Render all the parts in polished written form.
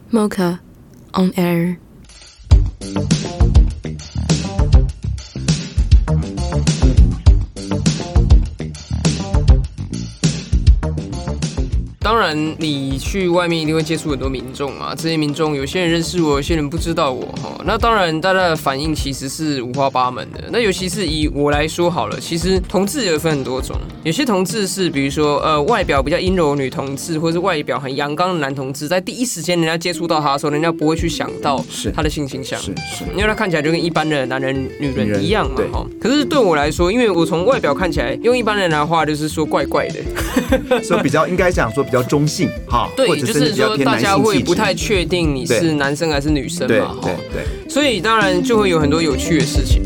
Mocha on air。 当然，你去外面一定会接触很多民众嘛。这些民众有些人认识我，有些人不知道我哈。那当然，大家的反应其实是五花八门的。那尤其是以我来说好了，其实同志也分很多种。有些同志是比如说外表比较阴柔的女同志，或是外表很阳刚的男同志，在第一时间人家接触到他的时候，人家不会去想到他的性倾向，因为他看起来就跟一般的男人、女人一样嘛哈。可是对我来说，因为我从外表看起来，用一般人的话就是说怪怪的， 所以比较应该讲说比较中性哈， 对，就是说大家会不太确定你是男生还是女生嘛， 对， 所以当然就会有很多有趣的事情。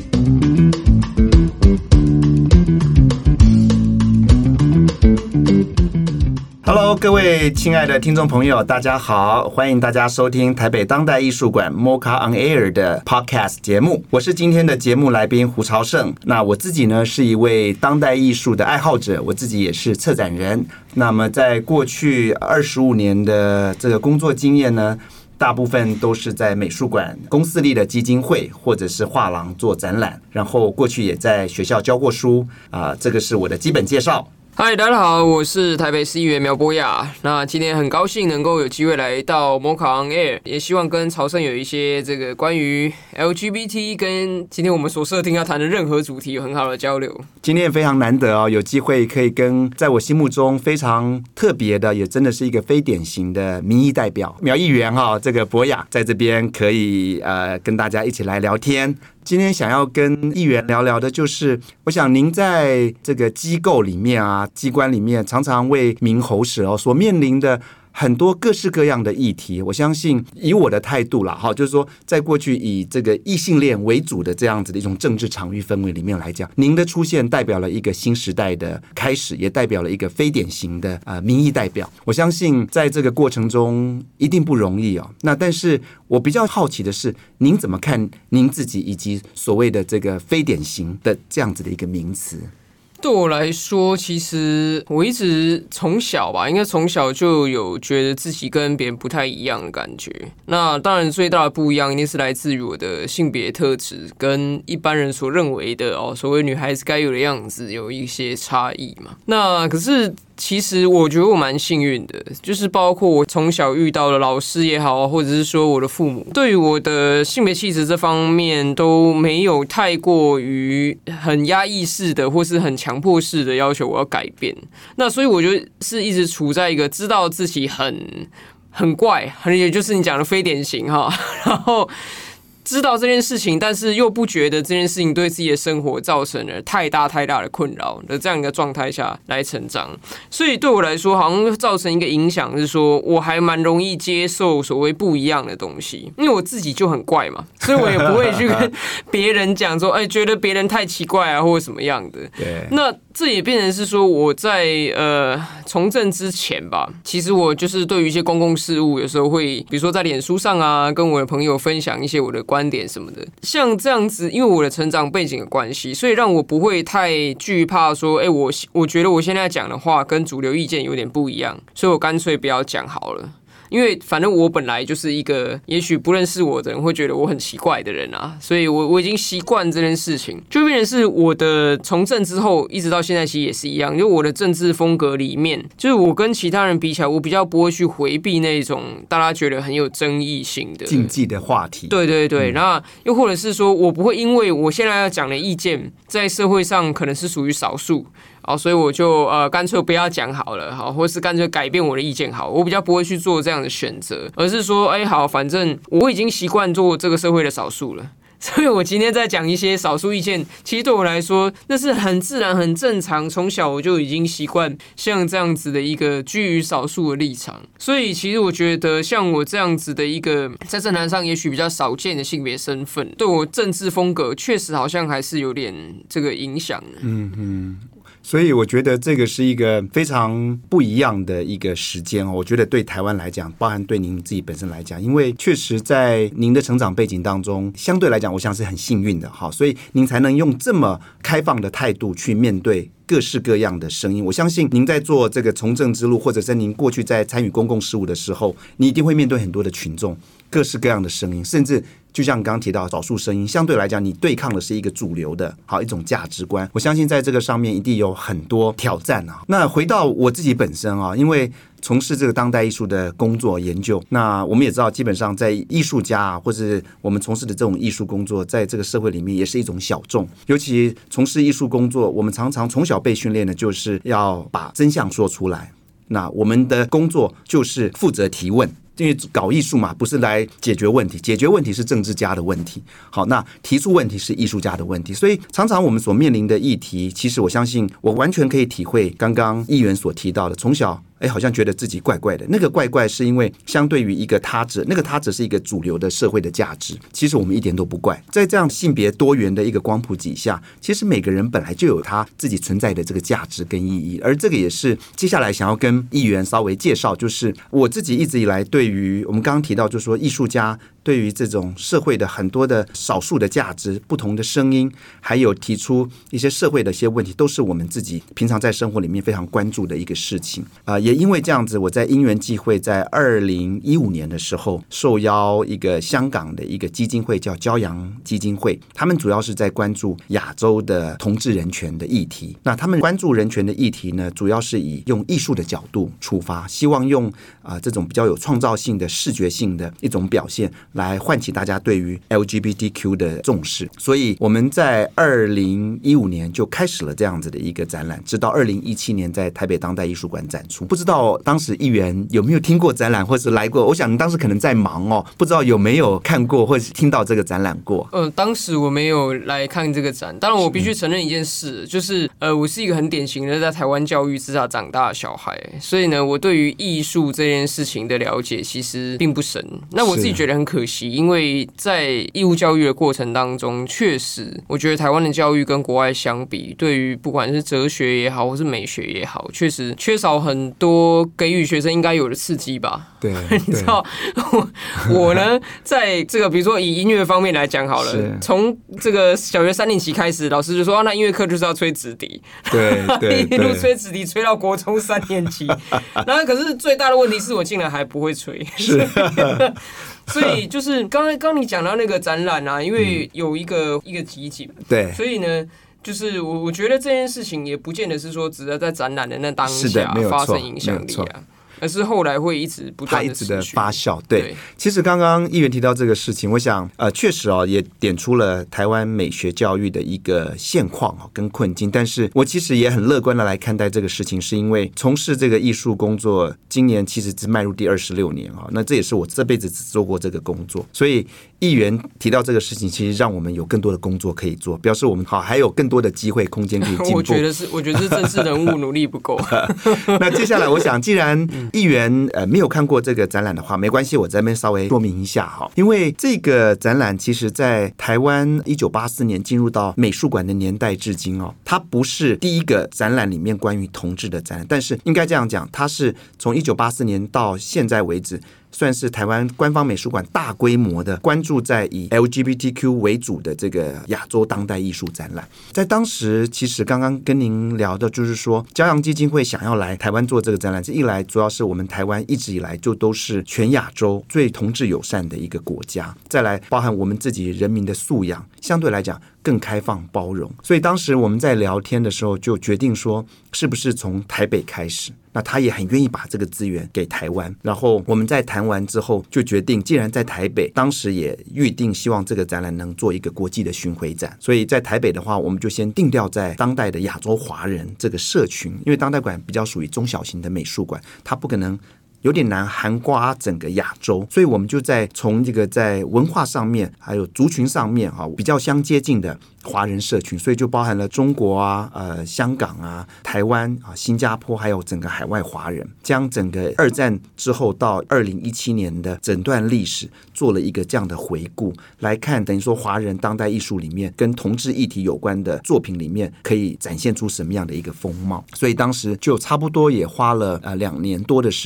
Hello， 各位亲爱的听众朋友，大家好，欢迎大家收听台北当代艺术馆 Mocha on Air 的 Podcast 节目。我是今天的节目来宾胡朝胜。那我自己呢是一位当代艺术的爱好者，我自己也是策展人。那么在过去25年的这个工作经验呢，大部分都是在美术馆、公私立的基金会或者是画廊做展览，然后过去也在学校教过书这个是我的基本介绍。 嗨，大家好，我是台北市议员苗博雅。那今天很高兴能够有机会来到 Mocha on Air， 也希望跟朝胜有一些这个关于 LGBT 跟今天我们所设定要谈的任何主题有很好的交流。 今天也非常难得哦，有机会可以跟在我心目中非常特别的，也真的是一个非典型的民意代表苗议员这个博雅在这边可以跟大家一起来聊天。今天想要跟议员聊聊的就是，我想您在这个机构里面机关里面常常为民喉舌所面临的很多各式各样的议题，我相信以我的态度啦，就是说在过去以这个异性恋为主的这样子的一种政治场域氛围里面来讲，您的出现代表了一个新时代的开始，也代表了一个非典型的民意代表。我相信在这个过程中一定不容易那但是我比较好奇的是，您怎么看您自己以及所谓的这个非典型的这样子的一个名词？ 对我来说，其实我一直从小吧，应该从小就有觉得自己跟别人不太一样的感觉。那当然最大的不一样一定是来自于我的性别特质，跟一般人所认为的所谓女孩子该有的样子有一些差异嘛。那可是其实我觉得我蛮幸运的，就是包括我从小遇到的老师也好，或者是说我的父母，对于我的性别气质这方面都没有太过于很压抑式的或是很强迫式的要求我要改变。那所以我觉得是一直处在一个知道自己很怪，也就是你讲的非典型然后知道这件事情，但是又不觉得这件事情对自己的生活造成了太大的困扰的这样一个状态下来成长。所以对我来说好像造成一个影响是说，我还蛮容易接受所谓不一样的东西，因为我自己就很怪嘛，所以我也不会去跟别人讲说觉得别人太奇怪或者什么样的。 对， 那这也变成是说我在从政之前吧，其实我就是对于一些公共事务有时候会比如说在脸书上跟我的朋友分享一些我的观点什么的，像这样子，因为我的成长背景的关系，所以让我不会太惧怕说我觉得我现在讲的话跟主流意见有点不一样，所以我干脆不要讲好了。因为反正我本来就是一个也许不认识我的人会觉得我很奇怪的人所以我已经习惯这件事情，就变成是我的从政之后一直到现在其实也是一样，就我的政治风格里面，就是我跟其他人比起来，我比较不会去回避那种大家觉得很有争议性的禁忌的话题。 对，那又或者是说我不会因为我现在要讲的意见在社会上可能是属于少数所以我就干脆不要讲好了或是干脆改变我的意见好，我比较不会去做这样的选择，而是说好，反正我已经习惯做这个社会的少数了，所以我今天在讲一些少数意见，其实对我来说那是很自然很正常，从小我就已经习惯像这样子的一个居于少数的立场。所以其实我觉得像我这样子的一个在政坛上也许比较少见的性别身份，对我政治风格确实好像还是有点这个影响所以我觉得这个是一个非常不一样的一个时间我觉得对台湾来讲，包含对您自己本身来讲，因为确实在您的成长背景当中，相对来讲我想是很幸运的所以您才能用这么开放的态度去面对各式各样的声音。我相信您在做这个从政之路，或者是您过去在参与公共事务的时候，你一定会面对很多的群众，各式各样的声音，甚至就像刚刚提到少数声音，相对来讲你对抗的是一个主流的一种价值观。我相信在这个上面一定有很多挑战啊。那回到我自己本身啊，因为从事这个当代艺术的工作研究，那我们也知道，基本上在艺术家或者我们从事的这种艺术工作，在这个社会里面也是一种小众。尤其从事艺术工作，我们常常从小被训练的就是要把真相说出来。那我们的工作就是负责提问。因为搞艺术嘛，不是来解决问题，解决问题是政治家的问题。好，那提出问题是艺术家的问题，所以常常我们所面临的议题，其实我相信我完全可以体会刚刚议员所提到的，从小好像觉得自己怪怪的，那个怪怪是因为相对于一个他者，那个他者是一个主流的社会的价值，其实我们一点都不怪。在这样性别多元的一个光谱底下，其实每个人本来就有他自己存在的这个价值跟意义，而这个也是接下来想要跟议员稍微介绍，就是我自己一直以来对于我们刚刚提到，就是说艺术家对于这种社会的很多的少数的价值、不同的声音，还有提出一些社会的一些问题，都是我们自己平常在生活里面非常关注的一个事情。也因为这样子，我在因缘际会，在2015年的时候，受邀一个香港的一个基金会，叫骄阳基金会，他们主要是在关注亚洲的同志人权的议题。那他们关注人权的议题呢，主要是以用艺术的角度出发，希望用这种比较有创造性的视觉性的一种表现，来唤起大家对于 LGBTQ 的重视。所以我们在2015年就开始了这样子的一个展览，直到2017年在台北当代艺术馆展出。不知道当时议员有没有听过展览，或是来过？我想你当时可能在忙哦，不知道有没有看过或是听到这个展览过？ 当时我没有来看这个展。当然，我必须承认一件事，就是我是一个很典型的在台湾教育之下长大的小孩，所以呢，我对于艺术这件事情的了解其实并不深。那我自己觉得很可惜，因为在义务教育的过程当中，确实我觉得台湾的教育跟国外相比，对于不管是哲学也好，或是美学也好，确实缺少很多给予学生应该有的刺激吧。 对， 你知道我呢，在这个比如说以音乐方面来讲好了，从这个小学3年级开始，老师就说那音乐课就是要吹直笛， 对， 一路吹直笛吹到国中3年级。那可是最大的问题是我竟然还不会吹，是。所以就是刚你讲到那个展览啊，因为有一个集锦， 对， 所以呢。就是我觉得这件事情也不见得是说只在展览的那当下发生影响力啊，而是后来会一直不断的发酵。对，其实刚刚议员提到这个事情，我想确实也点出了台湾美学教育的一个现况跟困境。但是我其实也很乐观的来看待这个事情，是因为从事这个艺术工作，今年其实只迈入第26年那这也是我这辈子只做过这个工作，所以议员提到这个事情，其实让我们有更多的工作可以做，表示我们还有更多的机会空间可以进步。我觉得是政治人物努力不够。 那接下来我想，既然议员没有看过这个展览的话，没关系，我在这边稍微说明一下因为这个展览其实在台湾1984年进入到美术馆的年代至今它不是第一个展览里面关于同志的展览，但是应该这样讲，它是从1984年到现在为止，算是台湾官方美术馆大规模的关注在以 LGBTQ 为主的这个亚洲当代艺术展览。在当时，其实刚刚跟您聊的就是说，骄阳基金会想要来台湾做这个展览，这一来主要是我们台湾一直以来就都是全亚洲最同志友善的一个国家，再来包含我们自己人民的素养相对来讲更开放包容，所以当时我们在聊天的时候就决定说，是不是从台北开始，那他也很愿意把这个资源给台湾。然后我们在谈完之后就决定，既然在台北，当时也预定希望这个展览能做一个国际的巡回展，所以在台北的话，我们就先定调在当代的亚洲华人这个社群，因为当代馆比较属于中小型的美术馆，它不可能有点难涵盖整个亚洲，所以我们就从这个在文化上面还有族群上面比较相接近的华人社群，所以就包含了中国香港台湾新加坡，还有整个海外华人，将整个二战之后到2017年的整段历史做了一个这样的回顾来看，等于说华人当代艺术里面跟同志议题有关的作品里面可以展现出什么样的一个风貌。所以当时就差不多也花了2年多的时间做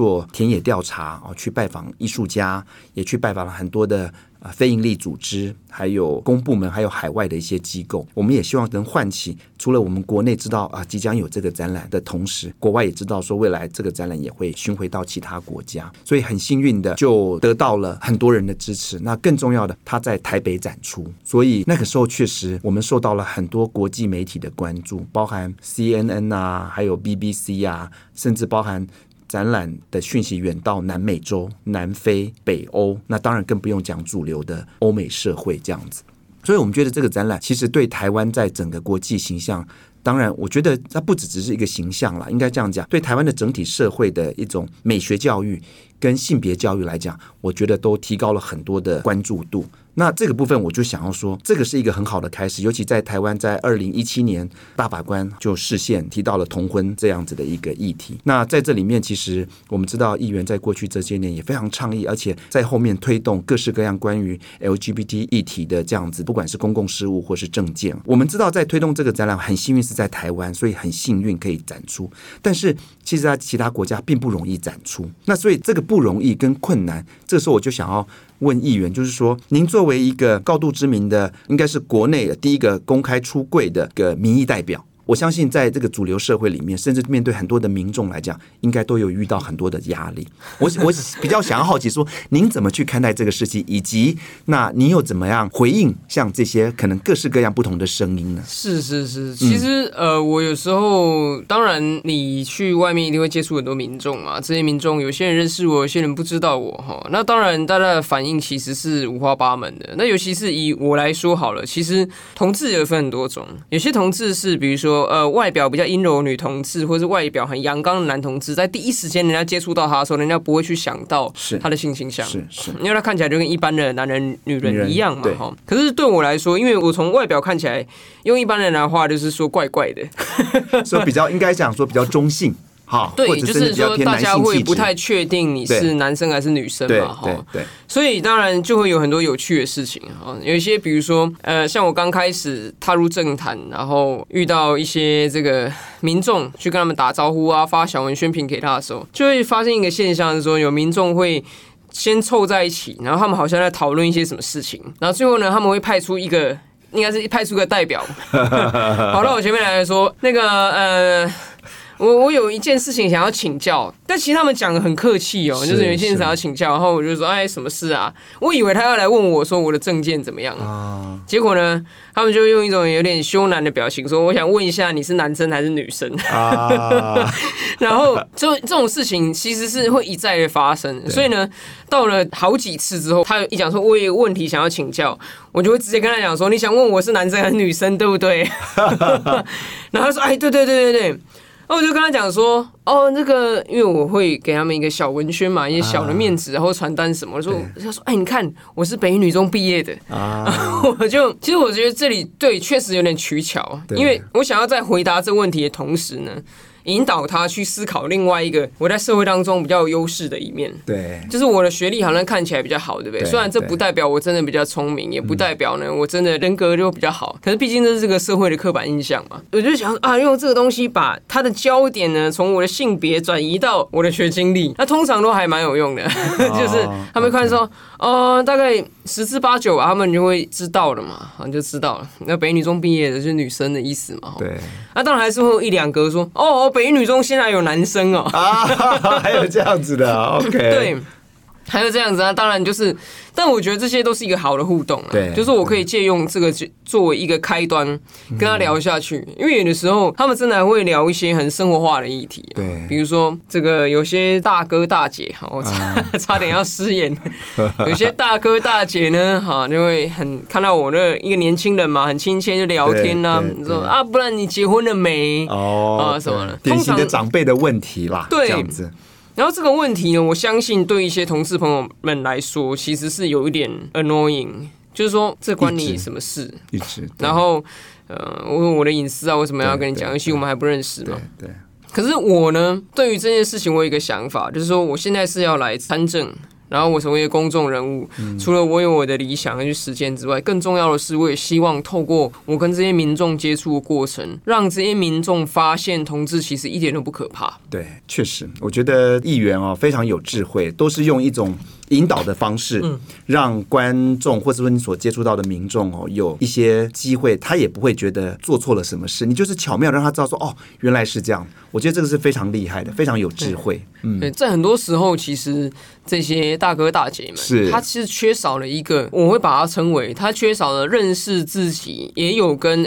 做田野调查去拜访艺术家，也去拜访了很多的非营利组织，还有公部门，还有海外的一些机构。我们也希望能唤起，除了我们国内知道即将有这个展览的同时，国外也知道说未来这个展览也会巡回到其他国家，所以很幸运的就得到了很多人的支持。那更重要的，它在台北展出，所以那个时候确实我们受到了很多国际媒体的关注，包含 CNN 啊，还有 BBC 啊，甚至包含展览的讯息远到南美洲、南非、北欧，那当然更不用讲主流的欧美社会这样子。所以我们觉得这个展览其实对台湾在整个国际形象，当然我觉得它不只是一个形象啦，应该这样讲，对台湾的整体社会的一种美学教育跟性别教育来讲，我觉得都提高了很多的关注度。那这个部分我就想要说，这个是一个很好的开始，尤其在台湾，在2017年大法官就释宪提到了同婚这样子的一个议题。那在这里面，其实我们知道议员在过去这些年也非常倡议，而且在后面推动各式各样关于 LGBT 议题的这样子，不管是公共事务或是政见。我们知道在推动这个展览，很幸运是在台湾，所以很幸运可以展出，但是其实在其他国家并不容易展出。那所以这个不容易跟困难，这时候我就想要问议员，就是说您作为一个高度知名的，应该是国内第一个公开出柜的个民意代表，我相信在这个主流社会里面，甚至面对很多的民众来讲，应该都有遇到很多的压力。我比较想要好奇说，您怎么去看待这个事情，以及那您又怎么样回应像这些可能各式各样不同的声音呢？ 是，其实我有时候，当然你去外面一定会接触很多民众嘛，这些民众有些人认识我，有些人不知道我哈。那当然大家的反应其实是五花八门的。那尤其是以我来说好了，其实同志也分很多种，有些同志是比如说外表比较阴柔的女同志，或是外表很阳刚的男同志，在第一时间人家接触到他的时候，人家不会去想到他的性倾向，是因为他看起来就跟一般的男人女人一样嘛。可是对我来说，因为我从外表看起来，用一般人的话就是说怪怪的， 所以比较应该讲说比较中性。 对，就是说大家会不太确定你是男生还是女生嘛， 对， 所以当然就会有很多有趣的事情有一些比如说像我刚开始踏入政坛，然后遇到一些这个民众去跟他们打招呼啊，发小文宣评给他的时候，就会发现一个现象，是说有民众会先凑在一起，然后他们好像在讨论一些什么事情，然后最后呢，他们会派出一个，应该是派出个代表跑到我前面来说，那个我有一件事情想要请教，但其实他们讲的很客气就是有一件事想要请教，然后我就说什么事啊？我以为他要来问我说我的证件怎么样结果呢，他们就用一种有点羞赧的表情说：“我想问一下，你是男生还是女生？”然后这种事情其实是会一再的发生，所以呢，到了好几次之后，他一讲说我有问题想要请教，我就会直接跟他讲说：“你想问我是男生还是女生，对不对？”然后他说：“对。”然后我就跟他讲说，那个，因为我会给他们一个小文宣嘛，一些小的面纸，然后传单什么。他说，你看，我是北一女中毕业的。其实我觉得这里对确实有点取巧，因为我想要在回答这个问题的同时呢，引导他去思考另外一个我在社会当中比较有优势的一面。对，就是我的学历好像看起来比较好，对不对？虽然这不代表我真的比较聪明，也不代表呢我真的人格就比较好，可是毕竟这是这个社会的刻板印象嘛。我就想用这个东西把它的焦点呢从我的性别转移到我的学经历，那通常都还蛮有用的。就是他们看说大概10之8九吧，他们就会知道了嘛，就知道了。那北女中毕业的就是女生的意思嘛。对，那当然还是会有一两个说北一女中现在有男生还有这样子的 ，OK， 对，还有这样子当然就是，但我觉得这些都是一个好的互动就是我可以借用这个作为一个开端，跟他聊下去，因为有的时候他们真的会聊一些很生活化的议题，对，比如说这个有些大哥大姐，我差点要失言，有些大哥大姐呢，就会很看到我那一个年轻人嘛，很亲切就聊天你说不然你结婚了没？什么的， 典型的长辈的问题啦， 对， 这样子。 然后这个问题呢，我相信对一些同志朋友们来说，其实是有一点 annoying， 就是说这关你什么事？然后我的隐私为什么要跟你讲？尤其我们还不认识嘛。对。可是我呢，对于这件事情，我有一个想法，就是说我现在是要来参政， 然后我成为一个公众人物，除了我有我的理想去实践之外，更重要的是，我也希望透过我跟这些民众接触的过程，让这些民众发现同志其实一点都不可怕。 对，确实，我觉得议员非常有智慧，都是用一种引导的方式，让观众或者说你所接触到的民众有一些机会，他也不会觉得做错了什么事，你就是巧妙让他知道说原来是这样。我觉得这个是非常厉害的，非常有智慧。 对，在很多时候，其实这些大哥大姐们，他其实缺少了一个，我会把它称为他缺少了认识自己，也有跟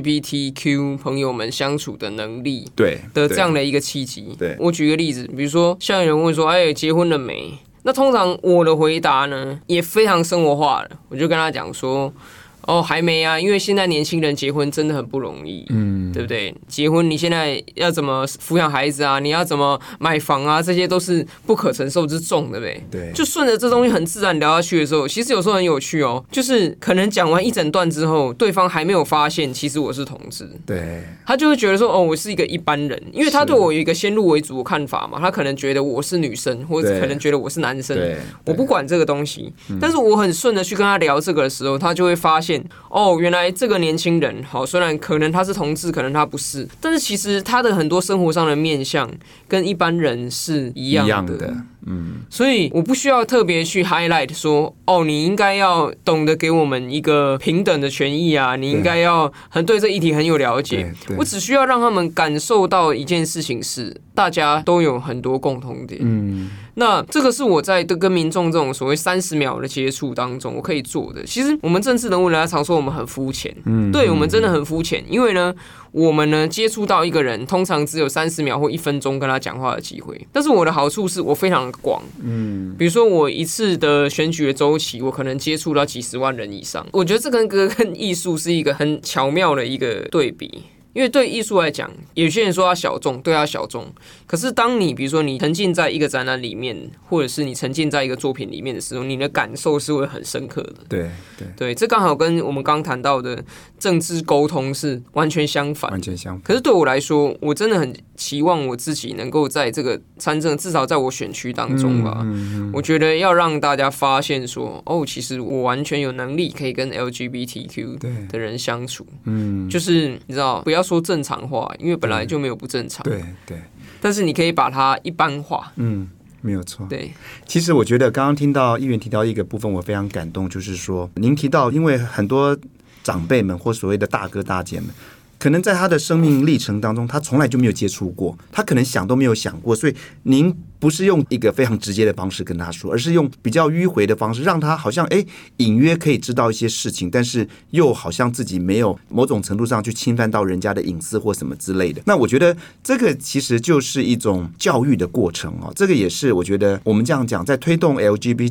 LGBTQ 朋友们相处的能力，对的这样的一个契机。对，我举个例子，比如说像有人问说，结婚了没？那通常我的回答呢，也非常生活化了，我就跟他讲说，还没啊，因为现在年轻人结婚真的很不容易，对不对？结婚你现在要怎么抚养孩子啊？你要怎么买房啊？这些都是不可承受之重，对不对？对。就顺着这东西很自然聊下去的时候，其实有时候很有趣就是可能讲完一整段之后，对方还没有发现其实我是同志，对，他就会觉得说，我是一个一般人，因为他对我有一个先入为主的看法嘛，他可能觉得我是女生，或者可能觉得我是男生，我不管这个东西，但是我很顺的去跟他聊这个的时候，他就会发现。原来这个年轻人虽然可能他是同志，可能他不是，但是其实他的很多生活上的面向跟一般人是一样的。所以我不需要特别去 highlight 说，你应该要懂得给我们一个平等的权益啊，你应该要对这议题很有了解。我只需要让他们感受到一件事情是，大家都有很多共同点。那这个是我在跟民众这种所谓30秒的接触当中，我可以做的。其实我们政治人物呢，常说我们很肤浅，对我们真的很肤浅，因为呢，我们呢接触到一个人，通常只有30秒或1分钟跟他讲话的机会。但是我的好处是我非常的广，比如说我一次的选举的周期，我可能接触到几十万人以上。我觉得这跟艺术是一个很巧妙的一个对比。因为对艺术来讲，有些人说它小众，对它小众。可是当你比如说你沉浸在一个展览里面，或者是你沉浸在一个作品里面的时候，你的感受是会很深刻的。对，这刚好跟我们刚谈到的政治沟通是完全相反。可是对我来说，我真的很期望我自己能够在这个参政，至少在我选区当中吧。我觉得要让大家发现说，其实我完全有能力可以跟 LGBTQ 的人相处。就是你知道，不要说正常化，因为本来就没有不正常。对，但是你可以把它一般化。 没有错。 对， 其实我觉得刚刚听到议员提到一个部分，我非常感动，就是说您提到，因为很多长辈们或所谓的大哥大姐们，可能在他的生命历程当中，他从来就没有接触过，他可能想都没有想过，所以您不是用一个非常直接的方式跟他说，而是用比较迂回的方式，让他好像隐约可以知道一些事情，但是又好像自己没有某种程度上去侵犯到人家的隐私或什么之类的。那我觉得这个其实就是一种教育的过程这个也是我觉得我们这样讲，在推动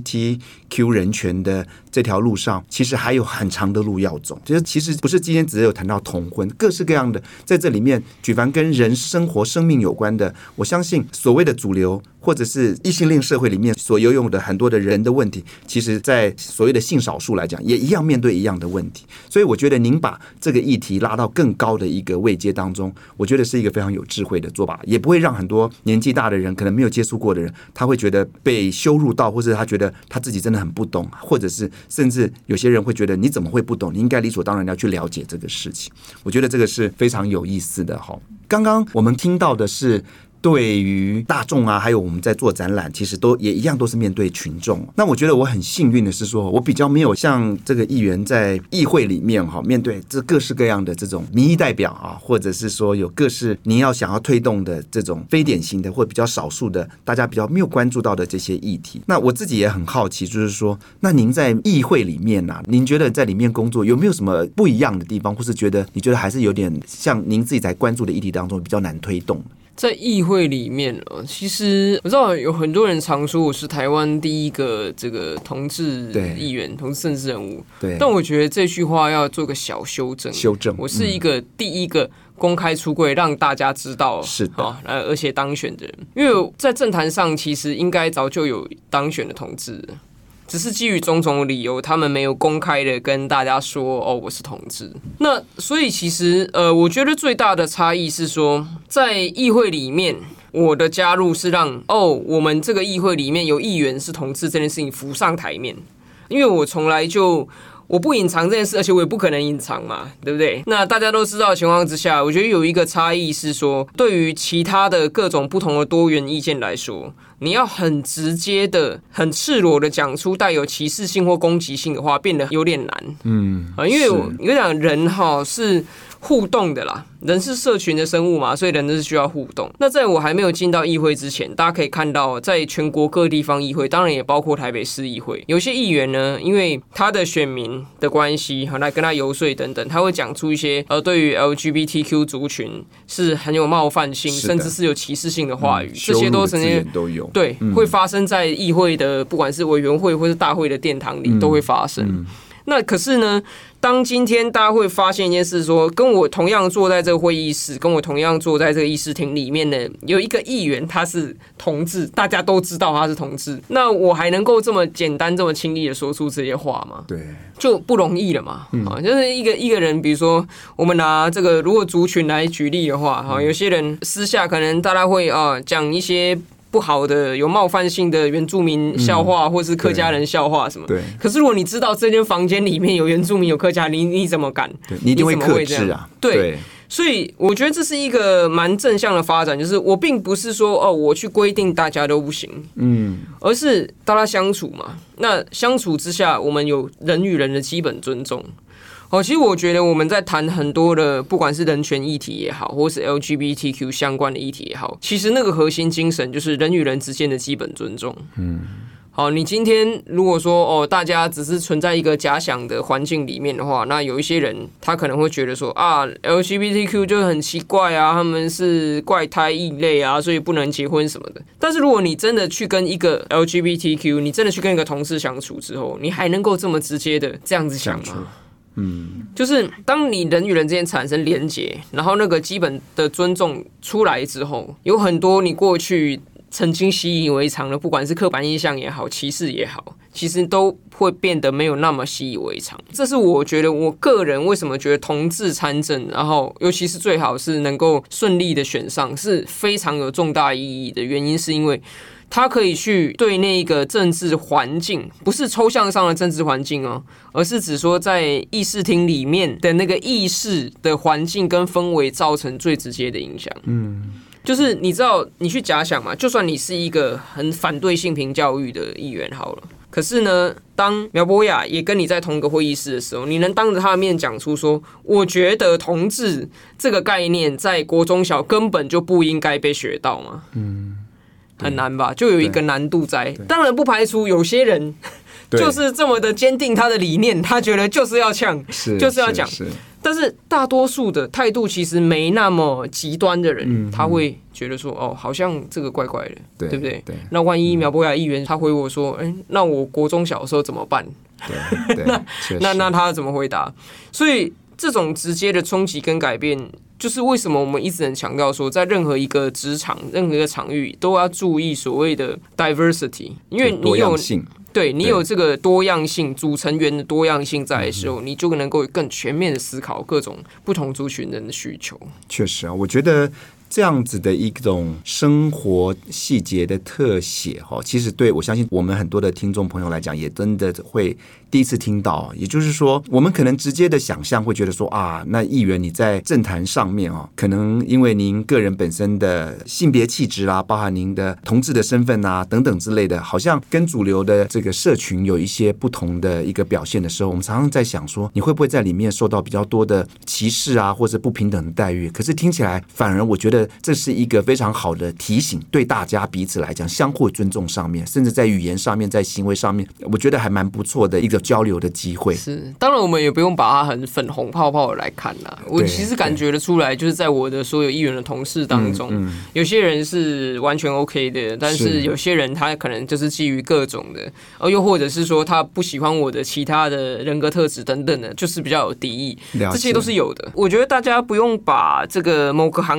LGBTQ 人权的这条路上，其实还有很长的路要走。其实不是今天只有谈到同婚，各式各样的在这里面，举凡跟人生活生命有关的，我相信所谓的主流或者是异性恋社会里面所拥有的很多的人的问题，其实在所谓的性少数来讲，也一样面对一样的问题。所以我觉得您把这个议题拉到更高的一个位阶当中，我觉得是一个非常有智慧的做法，也不会让很多年纪大的人，可能没有接触过的人，他会觉得被羞辱到，或者他觉得他自己真的很不懂，或者是甚至有些人会觉得你怎么会不懂，你应该理所当然要去了解这个事情。我觉得这个是非常有意思的。刚刚我们听到的是对于大众还有我们在做展览，其实也一样都是面对群众。那我觉得我很幸运的是说，我比较没有像这个议员在议会里面面对这各式各样的这种民意代表或者是说有各式您要想要推动的这种非典型的或比较少数的大家比较没有关注到的这些议题。那我自己也很好奇，就是说，那您在议会里面您觉得在里面工作有没有什么不一样的地方，或是你觉得还是有点像您自己在关注的议题当中比较难推动？ 在议会里面其实我知道有很多人常说我是台湾第一个这个同志议员、同志政治人物，但我觉得这句话要做个小修正。我是一个第一个公开出柜让大家知道是的而且当选的人，因为在政坛上其实应该早就有当选的同志，只是基于种种理由，他们没有公开的跟大家说我是同志。那所以其实我觉得最大的差异是说，在议会里面我的加入是让我们这个议会里面有议员是同志这件事情浮上台面，因为我从来就我不隐藏这件事，而且我也不可能隐藏嘛，对不对？那大家都知道的情况之下，我觉得有一个差异是说，对于其他的各种不同的多元意见来说，你要很直接的、很赤裸的讲出带有歧视性或攻击性的话，变得有点难。因为我讲人是互动的啦，人是社群的生物嘛，所以人都是需要互动。那在我还没有进到议会之前，大家可以看到，在全国各地方议会，当然也包括台北市议会，有些议员呢，因为他的选民的关系，来跟他游说等等，他会讲出一些对于 LGBTQ 族群是很有冒犯性，甚至是有歧视性的话语，这些都曾经都有。 对，会发生在议会的，不管是委员会或是大会的殿堂里，都会发生。那可是呢，当今天大家会发现一件事说，跟我同样坐在这个会议室，跟我同样坐在这个议事厅里面的有一个议员，他是同志，大家都知道他是同志，那我还能够这么简单、这么轻易的说出这些话吗？ 对， 就不容易了嘛。就是一个人，比如说我们拿这个如果族群来举例的话，有些人私下可能大家会讲一些不好的、有冒犯性的原住民笑话，或是客家人笑话什么。 对。 可是如果你知道这间房间里面有原住民、有客家人，你怎么敢？ 对，你一定会克制啊。 对。所以我觉得这是一个蛮正向的发展，就是我并不是说我去规定大家都不行，而是大家相处嘛。那相处之下，我们有人与人的基本尊重。其实我觉得我们在谈很多的，不管是人权议题也好，或是 LGBTQ 相关的议题也好，其实那个核心精神就是人与人之间的基本尊重。好，你今天如果说大家只是存在一个假想的环境里面的话，那有一些人他可能会觉得说LGBTQ 就很奇怪啊，他们是怪胎异类啊，所以不能结婚什么的。但是如果你真的去跟一个 LGBTQ， 你真的去跟一个同事相处之后，你还能够这么直接的这样子想吗？就是当你人与人之间产生连结，然后那个基本的尊重出来之后，有很多你过去曾经习以为常的，不管是刻板印象也好，歧视也好，其实都会变得没有那么习以为常。这是我觉得我个人为什么觉得同志参政，然后尤其是最好是能够顺利的选上，是非常有重大意义的原因，是因为他可以去对那个政治环境，不是抽象上的政治环境而是指说在议事厅里面的那个议事的环境跟氛围造成最直接的影响。就是你知道，你去假想嘛，就算你是一个很反对性平教育的议员好了，可是呢，当苗博雅也跟你在同一个会议室的时候，你能当着他的面讲出说，我觉得同志这个概念在国中小根本就不应该被学到吗？很难吧，就有一个难度在。当然不排除有些人就是这么的坚定他的理念，他觉得就是要呛，就是要讲。但是大多数的态度其实没那么极端的人，他会觉得说，好像这个怪怪的，对不对？那万一苗博雅议员他回我说，那我国中小的时候怎么办？那他怎么回答？所以这种直接的冲击跟改变，就是为什么我们一直很强调说，在任何一个职场、任何一个场域，都要注意所谓的 diversity， 因为你有对你有这个多样性，组成员的多样性在的时候，你就能够更全面的思考各种不同族群人的需求。确实啊，我觉得这样子的一种生活细节的特写，其实对我相信我们很多的听众朋友来讲，也真的会第一次听到。也就是说，我们可能直接的想象会觉得说那议员你在政坛上面可能因为您个人本身的性别气质啦，包含您的同志的身份啊等等之类的，好像跟主流的这个社群有一些不同的一个表现的时候，我们常常在想说，你会不会在里面受到比较多的歧视啊，或者不平等的待遇？可是听起来反而我觉得这是一个非常好的提醒，对大家彼此来讲相互尊重上面，甚至在语言上面，在行为上面，我觉得还蛮不错的一个交流的机会。 是，当然我们也不用把它很粉红泡泡的来看啦。我其实感觉得出来，就是在我的所有议员的同事当中，有些人是完全 OK 的，但是有些人他可能就是基于各种的，又或者是说他不喜欢我的其他的人格特质等等的，就是比较有敌意，这些都是有的。我觉得大家不用把这个某个行业特别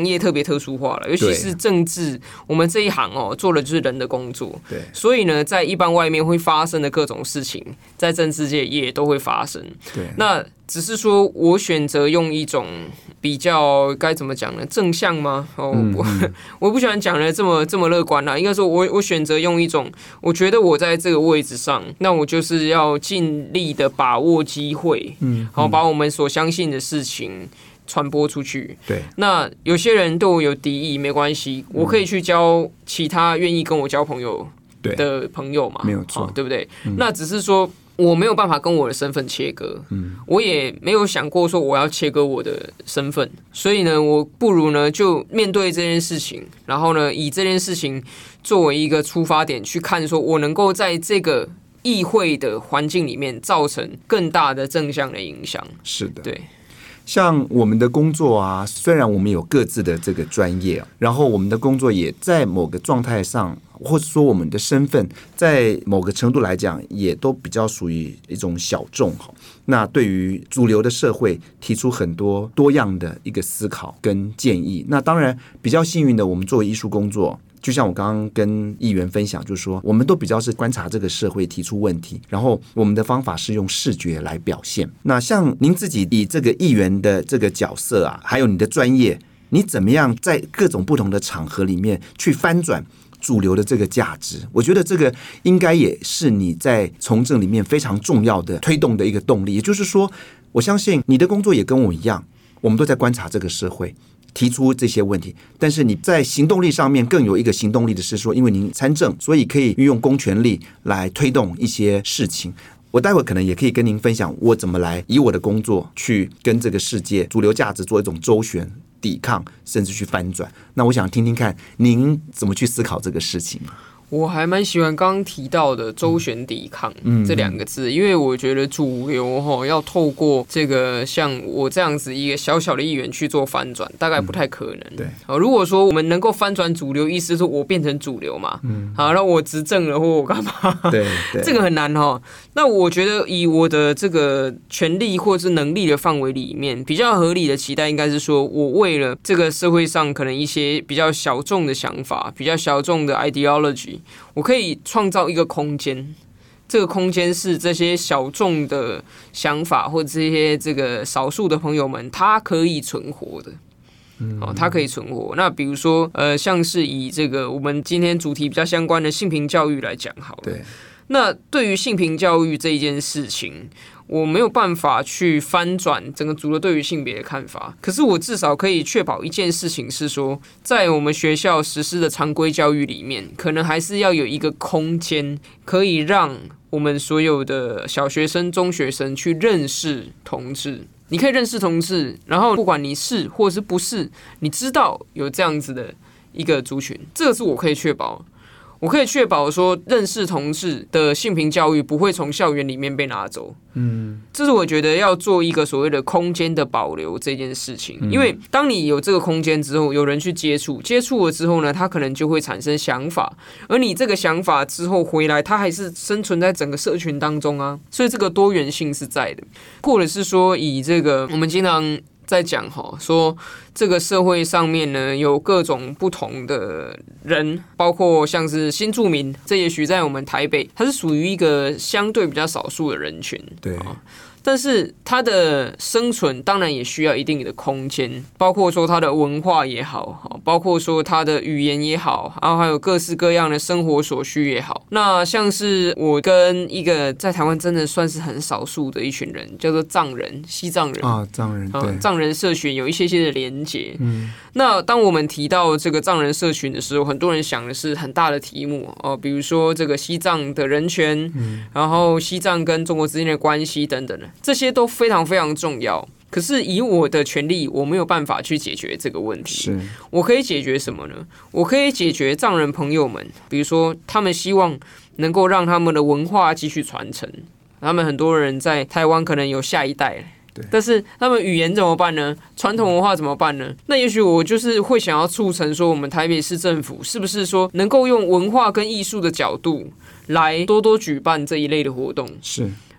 特殊化了，尤其是政治，我们这一行做的就是人的工作， 对， 所以呢，在一般外面会发生的各种事情，在政治界也都会发生。 对， 那只是说我选择用一种比较该怎么讲呢？正向吗？我不喜欢讲的这么乐观啦。应该说我选择用一种，我觉得我在这个位置上，那我就是要尽力的把握机会，好把我们所相信的事情传播出去。 对， 那有些人对我有敌意没关系，我可以去交其他愿意跟我交朋友的朋友嘛， 没有错， 对不对？那只是说我没有办法跟我的身份切割，我也没有想过说我要切割我的身份，所以呢，我不如呢就面对这件事情，然后呢以这件事情作为一个出发点去看，说我能够在这个议会的环境里面造成更大的正向的影响。 是的， 对。 像我们的工作啊，虽然我们有各自的这个专业，然后我们的工作也在某个状态上，或者说我们的身份，在某个程度来讲，也都比较属于一种小众。那对于主流的社会提出很多多样的一个思考跟建议。那当然比较幸运的，我们作为艺术工作，就像我刚刚跟议员分享，就是说我们都比较是观察这个社会，提出问题，然后我们的方法是用视觉来表现。那像您自己以这个议员的这个角色啊，还有你的专业，你怎么样在各种不同的场合里面去翻转主流的这个价值？我觉得这个应该也是你在从政里面非常重要的推动的一个动力。也就是说，我相信你的工作也跟我一样，我们都在观察这个社会，提出这些问题，但是你在行动力上面更有一个行动力的是说，因为您参政，所以可以运用公权力来推动一些事情。我待会可能也可以跟您分享我怎么来以我的工作去跟这个世界主流价值做一种周旋、抵抗，甚至去翻转。那我想听听看您怎么去思考这个事情。 我还蛮喜欢刚刚提到的周旋抵抗这两个字，因为我觉得主流要透过这个像我这样子一个小小的议员去做翻转，大概不太可能。 对， 如果说我们能够翻转主流，意思是我变成主流嘛，好，那我执政了或我干嘛？ 对， 这个很难哈。那我觉得以我的这个权力或是能力的范围里面，比较合理的期待应该是说，我为了这个社会上可能一些比较小众的想法、比较小众的 ideology。我可以创造一个空间，这个空间是这些小众的想法或者这些这个少数的朋友们，他可以存活的。它可以存活。那比如说，像是以这个我们今天主题比较相关的性平教育来讲好了。 对。 那对于性平教育这一件事情，我没有办法去翻转整个主流对于性别的看法，可是我至少可以确保一件事情是说，在我们学校实施的常规教育里面，可能还是要有一个空间，可以让我们所有的小学生、中学生去认识同志。你可以认识同志，然后不管你是或是不是，你知道有这样子的一个族群，这个是我可以确保。我可以确保说，认识同志的性平教育不会从校园里面被拿走。这是我觉得要做一个所谓的空间的保留这件事情。因为当你有这个空间之后，有人去接触了之后呢，他可能就会产生想法，而你这个想法之后回来，他还是生存在整个社群当中啊，所以这个多元性是在的。或者是说，以这个我们经常在讲说这个社会上面呢有各种不同的人，包括像是新住民，这也许在我们台北，它是属于一个相对比较少数的人群。 对。 但是它的生存当然也需要一定的空间，包括说它的文化也好，包括说它的语言也好，然后还有各式各样的生活所需也好。那像是我跟一个在台湾真的算是很少数的一群人，叫做藏人、西藏人啊，藏人对藏人社群有一些的连结。那当我们提到这个藏人社群的时候，很多人想的是很大的题目比如说这个西藏的人权，然后西藏跟中国之间的关系等等的。这些都非常非常重要，可是以我的权利，我没有办法去解决这个问题。我可以解决什么呢？我可以解决藏人朋友们，比如说他们希望能够让他们的文化继续传承，他们很多人在台湾可能有下一代，但是他们语言怎么办呢？传统文化怎么办呢？那也许我就是会想要促成说，我们台北市政府是不是说能够用文化跟艺术的角度来多多举办这一类的活动？ 是。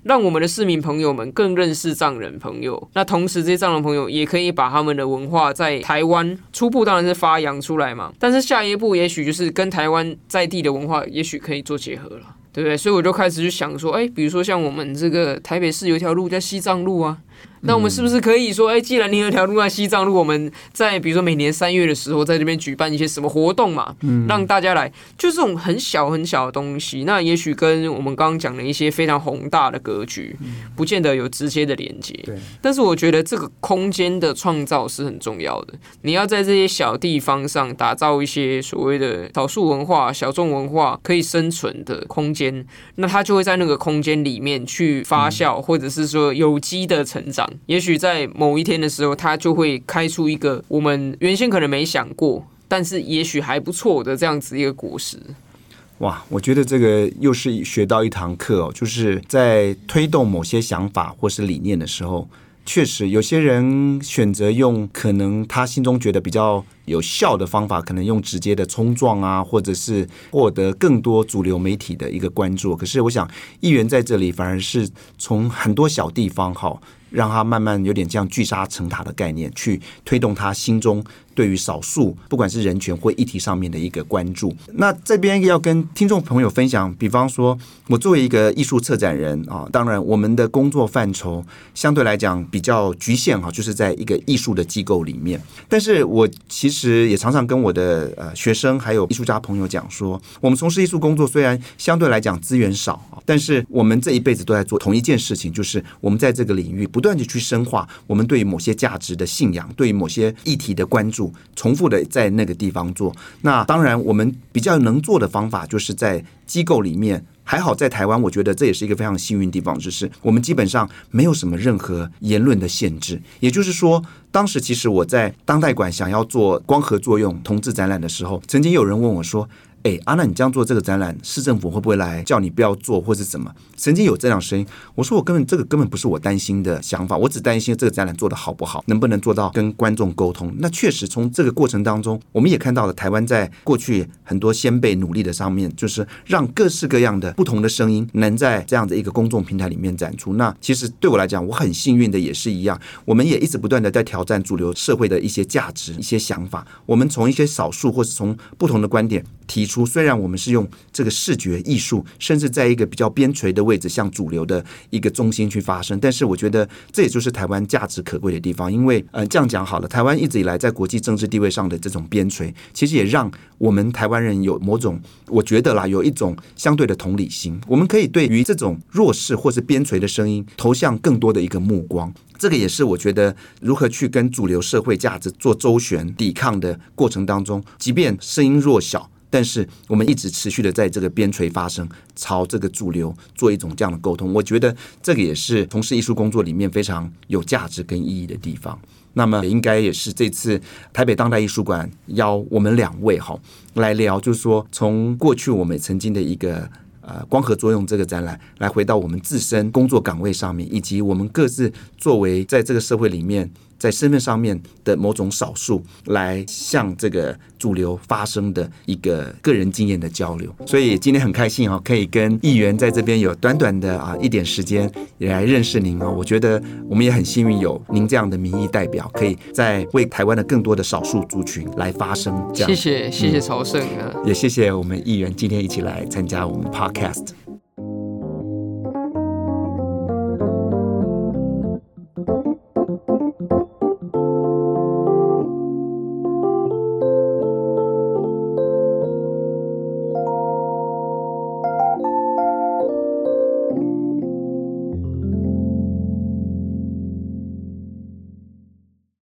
让我们的市民朋友们更认识藏人朋友。那同时这些藏人朋友也可以把他们的文化在台湾初步当然是发扬出来嘛，但是下一步也许就是跟台湾在地的文化也许可以做结合了，对不对？所以我就开始去想说，比如说像我们这个台北市有一条路叫西藏路啊，那我们是不是可以说，既然你有一条路在西藏路，我们在比如说每年3月的时候，在这边举办一些什么活动嘛，让大家来，就这种很小很小的东西，那也许跟我们刚刚讲的一些非常宏大的格局，不见得有直接的连接。但是我觉得这个空间的创造是很重要的，你要在这些小地方上打造一些所谓的少数文化、小众文化可以生存的空间，那它就会在那个空间里面去发酵，或者是说有机的成长。也许在某一天的时候，它就会开出一个我们原先可能没想过，但是也许还不错的这样子一个果实。 哇，我觉得这个又是学到一堂课哦，就是在推动某些想法或是理念的时候，确实有些人选择用可能他心中觉得比较有效的方法，可能用直接的冲撞啊，或者是获得更多主流媒体的一个关注。可是我想议员在这里反而是从很多小地方让他慢慢有点像聚沙成塔的概念，去推动他心中对于少数不管是人权或议题上面的一个关注。那这边要跟听众朋友分享，比方说我作为一个艺术策展人啊，当然我们的工作范畴相对来讲比较局限就是在一个艺术的机构里面。但是我其实也常常跟我的学生还有艺术家朋友讲说，我们从事艺术工作虽然相对来讲资源少，但是我们这一辈子都在做同一件事情，就是我们在这个领域不断的去深化我们对于某些价值的信仰，对于某些议题的关注，重复的在那个地方做。那当然我们比较能做的方法就是在机构里面，还好在台湾我觉得这也是一个非常幸运的地方，就是我们基本上没有什么任何言论的限制。也就是说当时其实我在当代馆想要做光合作用同志展览的时候，曾经有人问我说，那你这样做这个展览，市政府会不会来叫你不要做，或是怎么？曾经有这样声音，我说这个根本不是我担心的想法，我只担心这个展览做得好不好，能不能做到跟观众沟通。那确实从这个过程当中，我们也看到了台湾在过去很多先辈努力的上面，就是让各式各样的不同的声音能在这样的一个公众平台里面展出。那其实对我来讲，我很幸运的也是一样，我们也一直不断的在挑战主流社会的一些价值、一些想法。我们从一些少数或是从不同的观点提出，虽然我们是用这个视觉艺术，甚至在一个比较边陲的位置，向主流的一个中心去发声，但是我觉得这也就是台湾价值可贵的地方。因为这样讲好了，台湾一直以来在国际政治地位上的这种边陲，其实也让我们台湾人有某种，我觉得啦，有一种相对的同理心，我们可以对于这种弱势或是边陲的声音投向更多的一个目光。这个也是我觉得如何去跟主流社会价值做周旋抵抗的过程当中，即便声音弱小，但是我们一直持续的在这个边陲发声，朝这个主流做一种这样的沟通。我觉得这个也是从事艺术工作里面非常有价值跟意义的地方。那么也应该也是这次台北当代艺术馆邀我们2位来聊，就是说从过去我们曾经的一个光合作用这个展览，来回到我们自身工作岗位上面，以及我们各自作为在这个社会里面在身份上面的某种少数，来向这个主流发声的一个个人经验的交流。所以今天很开心可以跟议员在这边有短短的一点时间也来认识您我觉得我们也很幸运有您这样的民意代表，可以在为台湾的更多的少数族群来发声。这样谢谢朝圣也谢谢我们议员今天一起来参加我们 podcast。